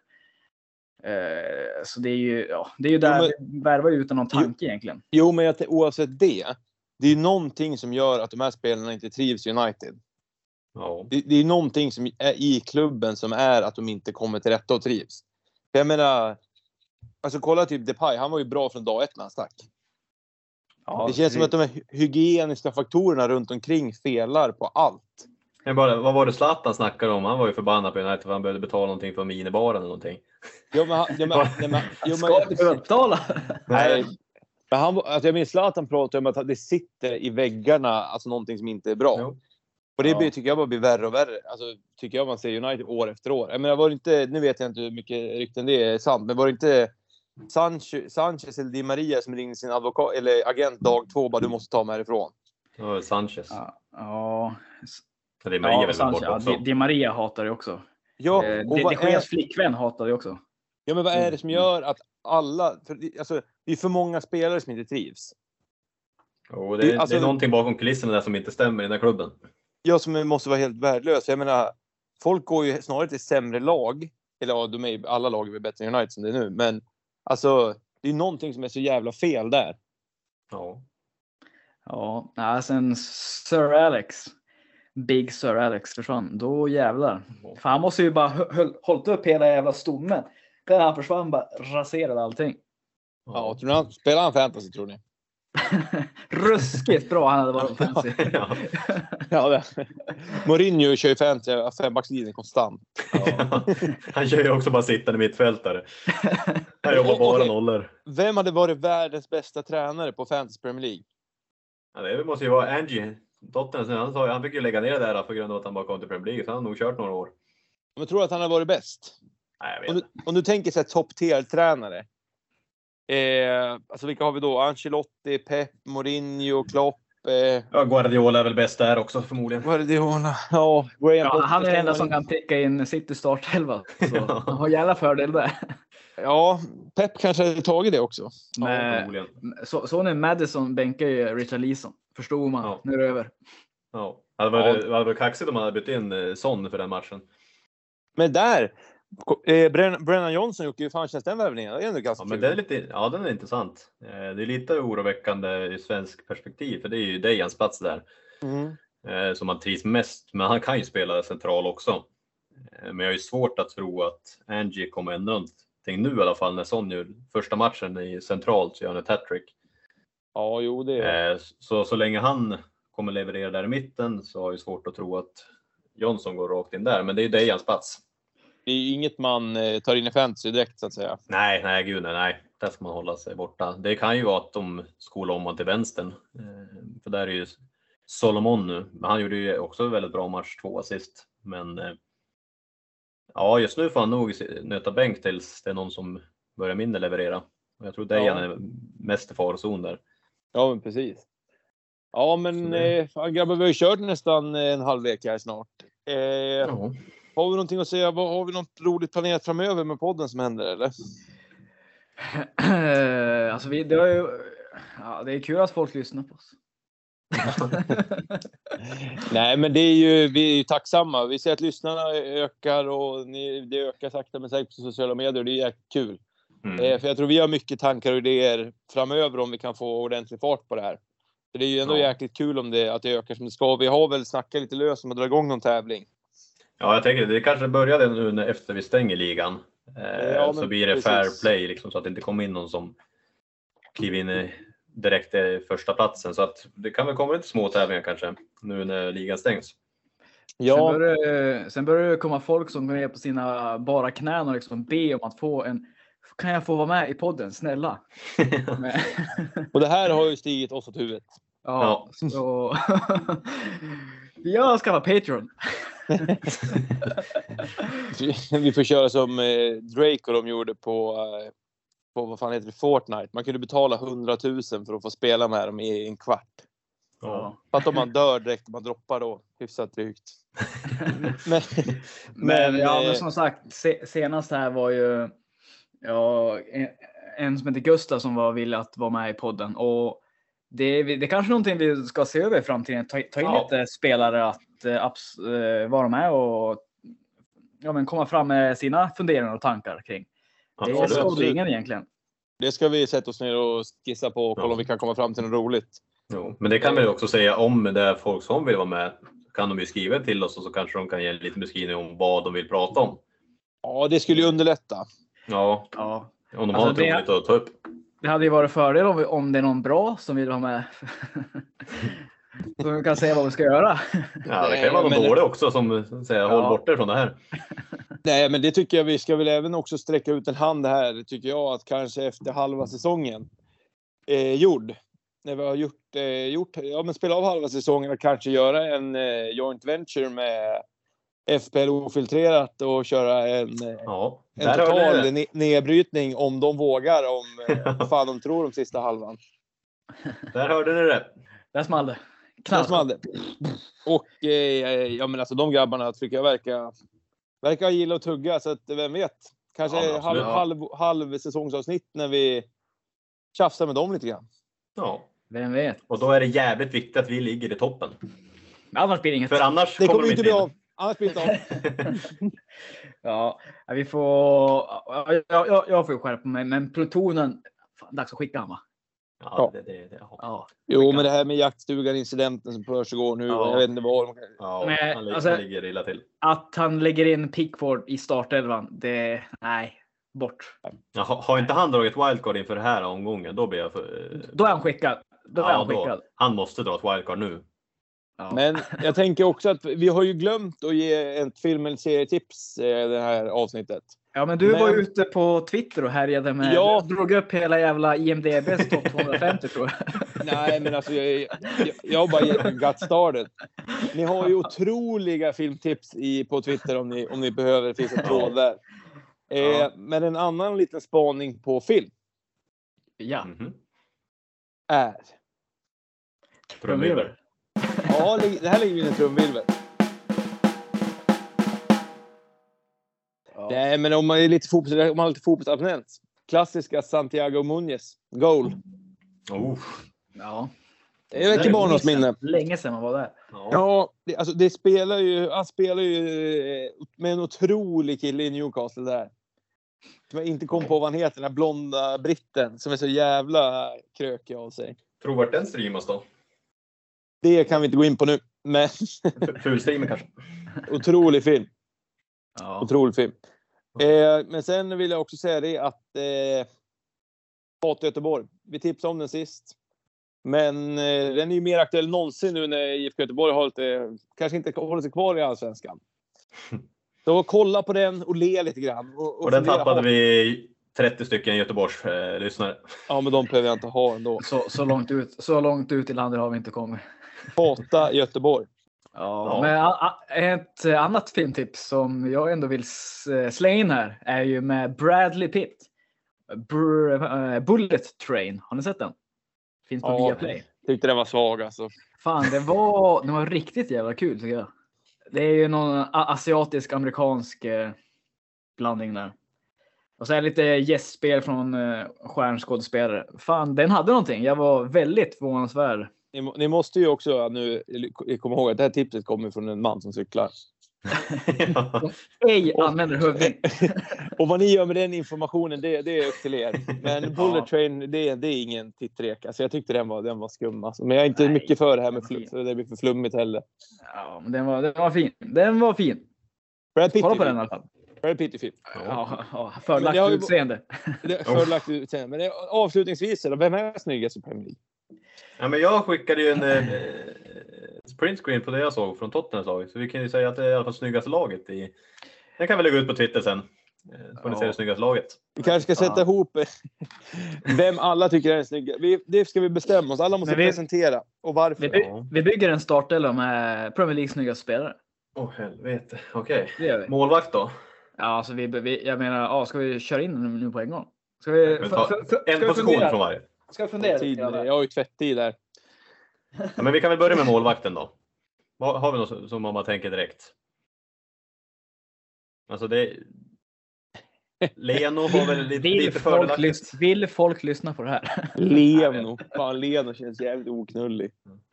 Så det är ju, ja, det är ju där jo, men, vi värvar utan någon tanke jo, egentligen. Jo, men jag, oavsett det, det är ju någonting som gör att de här spelarna inte trivs i United. Ja. Det, det är någonting som är i klubben som är att de inte kommer till rätta och trivs. För jag menar, alltså kolla typ Depay, han var ju bra från dag ett när han stack. Ja, det känns det... som att de här hygieniska faktorerna runt omkring felar på allt. Jag bara, vad var det Zlatan snackade om? Han var ju förbannad på United för han behövde betala någonting för minibaren eller någonting. Jo, men han... Jo, men, nej, men, jo, ska inte behöva betala? Nej. Men han, alltså jag minns Zlatan pratade om att det sitter i väggarna, alltså någonting som inte är bra. Jo. Och det ja. tycker jag bara blir värre och värre. Alltså tycker jag man ser United år efter år. Jag menar, var det inte, nu vet jag inte hur mycket rykten det är sant, men var det inte Sanchez, Sanchez eller Di Maria som ringde sin advokat eller agent dag två bara du måste ta mig härifrån? Ja, Sanchez. Ja. ja. Di Maria ja, väl Sanchez, bort också. Ja, Di Maria hatar det också. Ja, eh, och det, vad det sker är... flickvän hatar det också. Ja, men vad är det som gör att alla, för, alltså, det är för många spelare som inte trivs. Oh, det, är, alltså, det är någonting bakom kulisserna där som inte stämmer i den här klubben. Ja, som måste vara helt värdelös. Jag menar, folk går ju snarare till sämre lag. Eller ja, de är, alla lag är bättre än United som det är nu. Men alltså, det är någonting som är så jävla fel där. Ja. Ja, sen Sir Alex. Big Sir Alex försvann. Då jävlar. För han måste ju bara höll, hållit upp hela jävla stommen. Där han försvann bara raserade allting. Ja, tror ni han, spelar han fantasy tror ni? Ruskigt bra han hade varit offensiv. Ja. Ja, det. Mourinho kör ju fantasy fembackslinjen konstant. Ja. Han kör ju också bara sittande mittfältare. Han jobbar bara nollor. Vem hade varit världens bästa tränare på Fantasy Premier League? Ja, det måste ju vara Angie. Tottenham, han, sa, han fick ju lägga ner det där på grund av att han bara kom till Premier League. Så han har nog kört några år. Men tror du att han har varit bäst? Nej, jag vet om, du, om du tänker sig topp-tier-tränare. Eh, alltså vilka har vi då? Ancelotti, Pep, Mourinho, Klopp. Eh. Ja, Guardiola är väl bäst där också förmodligen. Guardiola, ja. Graham ja han är den enda som kan täcka in City startelva. Så Ja. han har jävla fördel där. Ja, Pep kanske hade tagit det också. Men, ja, så, så när Madison bänkar ju Richard Leeson. Förstod man. Ja. Nu är det över. Ja, det var det var väl kaxigt om man hade bytt in Son för den matchen. Men där eh, Brennan, Brennan Johnson gjorde ju fan känns den värvningen. Det är ändå ganska ja, men det är lite, ja, den är intressant. Eh, det är lite oroväckande i svensk perspektiv för det är ju Dejans plats där. Mm. Eh, som man trivs mest, men han kan ju spela central också. Eh, men jag är ju svårt att tro att Angie kommer ändra någonting nu i alla fall när Son gör första matchen i centralt så gör han ett hattrick. Ja, jo det är. Eh, så så länge han kommer leverera där i mitten så har jag svårt att tro att Johnson går rakt in där, men det är Dejans plats. Det är inget man eh, tar in i fantasy direkt så att säga. Nej, nej gud nej, nej. Där ska man hålla sig borta. Det kan ju vara att de skolar om man till vänstern. Eh, för där är ju Solomon nu. Men han gjorde ju också väldigt bra match, två assist. Men eh, ja, just nu får han nog nöta bänk tills det är någon som börjar mindre leverera. Och jag tror Dejan ja. är mest i farzon där. Ja, men precis. Ja, men det... eh, grabbar, vi har ju kört nästan en halvlek här snart. Eh, ja. Har vi någonting att säga? Har vi något roligt planerat framöver med podden som händer, eller? Alltså, vi, det, är ju, ja, det är kul att folk lyssnar på oss. Nej, men det är ju, vi är ju tacksamma. Vi ser att lyssnarna ökar och ni, det ökar sakta men säkert på sociala medier och det är kul. Mm. Eh, för jag tror vi har mycket tankar och idéer framöver om vi kan få ordentlig fart på det här. Så det är ju ändå ja. jäkligt kul om det, att det ökar som det ska. Vi har väl snackat lite löst om att dra igång någon tävling. Ja, jag tänker det kanske började nu när efter vi stänger ligan. Eh, ja, så blir det precis. Fair play liksom, så att det inte kommer in någon som kliver in direkt i första platsen. Så att det kan väl komma lite små tävlingar kanske nu när ligan stängs. Ja. Sen börjar, sen börjar det komma folk som går ner på sina bara knän och liksom be om att få en... Kan jag få vara med i podden? Snälla. Och det här har ju stigit oss åt huvudet. Ja, ja. Så... jag ska vara Patreon. Vi får köra som Drake och de gjorde på, på vad fan heter det, Fortnite. Man kunde betala hundratusen för att få spela med dem i en kvart. Ja. För att om man dör direkt, man droppar då. Hyfsat drygt. men, men, ja, men som sagt, se, senast här var ju ja, en, en som heter Gustav som var villig att vara med i podden. Och det, det är kanske någonting vi ska se över i framtiden. Ta, ta in ja. lite spelare att äh, abs, äh, vara med och ja, men komma fram med sina funderingar och tankar kring. Det är skådringen egentligen. Det ska vi sätta oss ner och skissa på och kolla ja. om vi kan komma fram till något roligt. Jo, men det kan vi också säga om det är folk som vill vara med. Kan de ju skriva till oss och så kanske de kan ge en liten beskrivning om vad de vill prata om. Ja, det skulle ju underlätta. Ja, ja. Om de har alltså, något roligt att ta upp. Det hade ju varit fördel om, vi, om det är någon bra som vill vara med. Så vi kan säga vad vi ska göra. Ja, det kan ju vara någon men... dålig också som säger ja. håll bort från det här. Nej, men det tycker jag vi ska väl även också sträcka ut en hand här. Det tycker jag att kanske efter halva säsongen eh, gjord. När vi har gjort, eh, gjort ja, men spela av halva säsongen och kanske göra en eh, joint venture med F P L Ofiltrerat och köra en, ja, en total ne- nedbrytning om de vågar, om eh, fan de tror om sista halvan. Där hörde ni det. Där small det. Där small det. Och eh, ja, men alltså de grabbarna tycker jag verkar, verkar gilla att tugga, så att vem vet. Kanske ja, halv, halv, halv säsongsavsnitt när vi tjafsar med dem lite grann. Ja. Vem vet. Och då är det jävligt viktigt att vi ligger i toppen. Annars blir det inget. För annars det kommer kommer vi inte bli av. Annars blir det av. Ja, vi får... Jag, jag, jag får ju skärpa mig, men plutonen... Fan, dags att skicka han, va? Ja, det, det, det, ja. Jo, men det här med jaktstugan-incidenten som försiggår nu, ja. jag vet inte vad. Ja, men, han ligger, alltså, ligger illa till. Att han lägger in Pickford i startelvan, det... Nej, bort. Ja, har, har inte han dragit wildcard inför det här omgången, då blir jag för... Då är han skickad. Då är ja, han skickad. Då, han måste dra ett wildcard nu. Ja. Men jag tänker också att vi har ju glömt att ge ett film- eller serietips eh, det här avsnittet. Ja, men du men... var ute på Twitter och härjade med... Ja. Drog upp hela jävla I M D B:s topp tvåhundrafemtio, tror jag. Nej, men alltså jag, jag, jag har bara gett en gut started. Ni har ju otroliga filmtips i, på Twitter om ni, om ni behöver. Det finns en tråd där. Eh, ja. Men en annan liten spaning på film. Ja. Mm-hmm. Är... Trumvirvel. Ja, det här ligger ju i en trumvirvel. Ja. Nej, men om man är lite fotbolls, om man har lite fotbollsabonnent. Klassiska Santiago Muñez. Goal. Oh. Ja. Det är väcker barndomsminne. Länge sedan man var där. Ja, ja det, alltså det spelar ju, han spelar ju med en otrolig kille i Newcastle där. Som jag inte kom på vad han heter, den här blonda britten som är så jävla krökig av sig. Tror vart den streamas då? Det kan vi inte gå in på nu, men fulstreamen kanske. Otrolig film. Ja. Otrolig film. Eh, men sen vill jag också säga det att eh, Hat Göteborg. Vi tipsade om den sist. Men eh, den är ju mer aktuell någonsin nu när I F K Göteborg har lite, kanske inte håller sig kvar i Allsvenskan. Så kolla på den och le lite grann. Och, och, och den tappade hat. Vi trettio stycken Göteborgs eh, lyssnare. Ja, men de behöver jag inte ha ändå. Så, så, långt ut, så långt ut i landet har vi inte kommit. Hata Göteborg. Ja, Ja. men a- a- ett annat filmtips som jag ändå vill s- slänga in här är ju med Bradley Pitt. Br- eh, Bullet Train. Har ni sett den? Finns på Ja. Viaplay. Tyckte den var svag alltså. Fan, det var, det var riktigt jävla kul tycker jag. Det är ju någon a- asiatisk amerikansk eh, blandning där. Och så är det lite gästspel från eh, stjärnskådespelare. Fan, den hade någonting. Jag var väldigt förvånansvärd. Ni, må- ni måste ju också nu komma ihåg att det här tipset kommer från en man som cyklar. Ja. Ej använder hövding. Och vad ni gör med den informationen, det, det är upp till er. Men Bullet Ja. Train, det, det är ingen tittrek. Alltså jag tyckte den var, den var skum. Alltså. Men jag är inte Nej, mycket för det här med den var flum, fin. så det blir för flummigt heller. Ja, men den var, den var fin. Den var fin. Brad Pitt Kolla är på den i fin. alla fall. Brad Pitt är fin. Ja, ja, Men förlagt det har ju- utseende. Det är förlagt utseende. Men det, avslutningsvis, då, vem är snyggast i Premier League? Ja, men jag skickade ju en eh, printscreen på det jag såg från Tottenhams lag. Så vi kan ju säga att det är i alla fall snyggaste laget. I... Den kan vi lägga ut på Twitter sen. Eh, Så får ni Ja. se det snyggaste laget. Vi kanske ska sätta Ja. ihop vem alla tycker är snygga. Vi, det ska vi bestämma oss. Alla måste Men vi- presentera. Och varför. Vi, by- vi bygger en startelva med Premier Leagues snyggaste spelare. Åh helvete. Okej. Det gör vi. Målvakt då? Ja, alltså vi, vi, jag menar, ja, ska vi köra in nu, nu på en gång? Ska vi, Vi tar f- f- ska En vi position fundera? från varje. Ska vi fundera? Tid lite med grann det. där? Jag har ju tvättid där. Ja, men vi kan väl börja med målvakten då. Vad- Har vi något som man tänker direkt? Alltså det... Leno har väl lite, Vill lite folk, fördelaktigt. lys- vill folk lyssna på det här? Leno. Fan, Leno känns jävligt oknullig.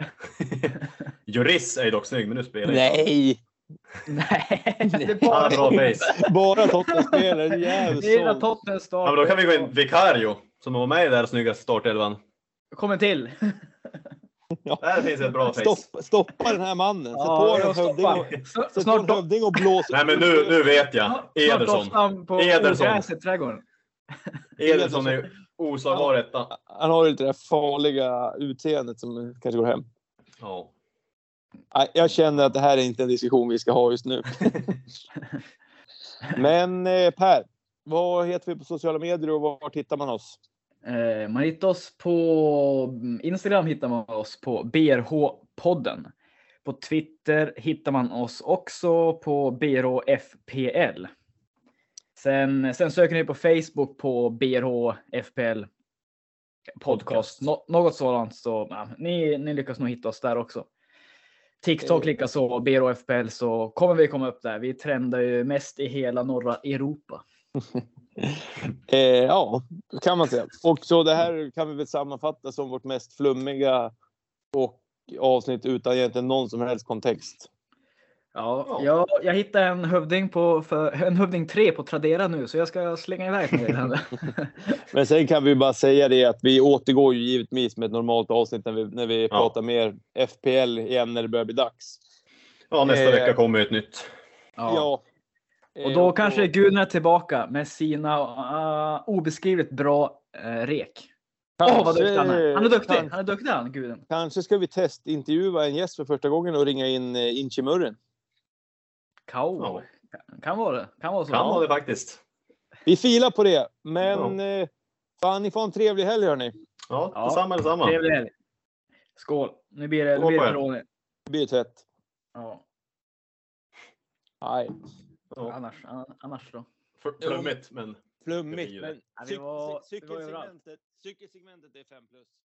Juris är ju dock snygg, men nu spelar Nej! Nej, det är Han bara har bra face. Bara Tottenham-spelare. Jävligt Det är såld. Tottenhams start. Ja, men då kan vi gå in Vicario som var med i där snyggaste startelvan. Kommer till. Där finns ett bra face. Stoppa, stoppa den här mannen. Sätt Ja, på jag en hövding stoppar. och, S- sätt på Snart en hövding och blås. Nej, men nu, nu vet jag. Snart Ederson. doftar på Ederson. ogräset i trädgården. Ederson är ju oslagbar etta. Han har ju lite det där farliga utseendet som kanske går hem. Ja. Nej, jag känner att det här är inte en diskussion vi ska ha just nu. Men eh, Per, vad heter vi på sociala medier och var tittar man oss? Eh, man hittar oss på Instagram, hittar man oss på B R H-podden. På Twitter hittar man oss också på B R H F P L. Sen, sen söker ni på Facebook på B R H F P L podcast. Nå, något sådant, så ja, ni, ni lyckas nog hitta oss där också. TikTok likaså, B R H F P L, så kommer vi komma upp där. Vi trendar ju mest i hela norra Europa. Eh, ja, kan man säga. Och så det här kan vi väl sammanfatta som vårt mest flummiga och avsnitt utan egentligen någon som helst kontext. Ja, jag, jag hittade en hövding på för, en hövding tre på Tradera nu, så jag ska slänga iväg med den. Men sen kan vi bara säga det att vi återgår ju givetvis med ett normalt avsnitt när vi, när vi Ja. pratar mer F P L igen när det börjar bli dags. Ja, nästa Eh, vecka kommer ett nytt. Ja. Ja. Och då kanske Gunnar är tillbaka med sina uh, obeskrivligt bra uh, rek. Åh, vad duktig han är. Han är duktig. Kanske, Han är duktig han, guden. kanske ska vi testintervjua en gäst för första gången och ringa in eh, Inchi Murren. Kao. Ja. Kan vara det. Kan vara så. Kan vara det faktiskt. Vi filar på det. Men eh, fan, ni får en trevlig helg hörni. Ja, Ja. detsamma, detsamma. Trevlig helg. Skål. Nu blir det, nu Skål blir på det er. Peroni. Det blir tvätt. Ja. Nej, Ja. Annars, annars då. För- Flummigt, men... Det blir flummigt. ju det. Men Ja, vi var- cyk- vi var överallt. cykelsegmentet, cykelsegmentet är fem plus.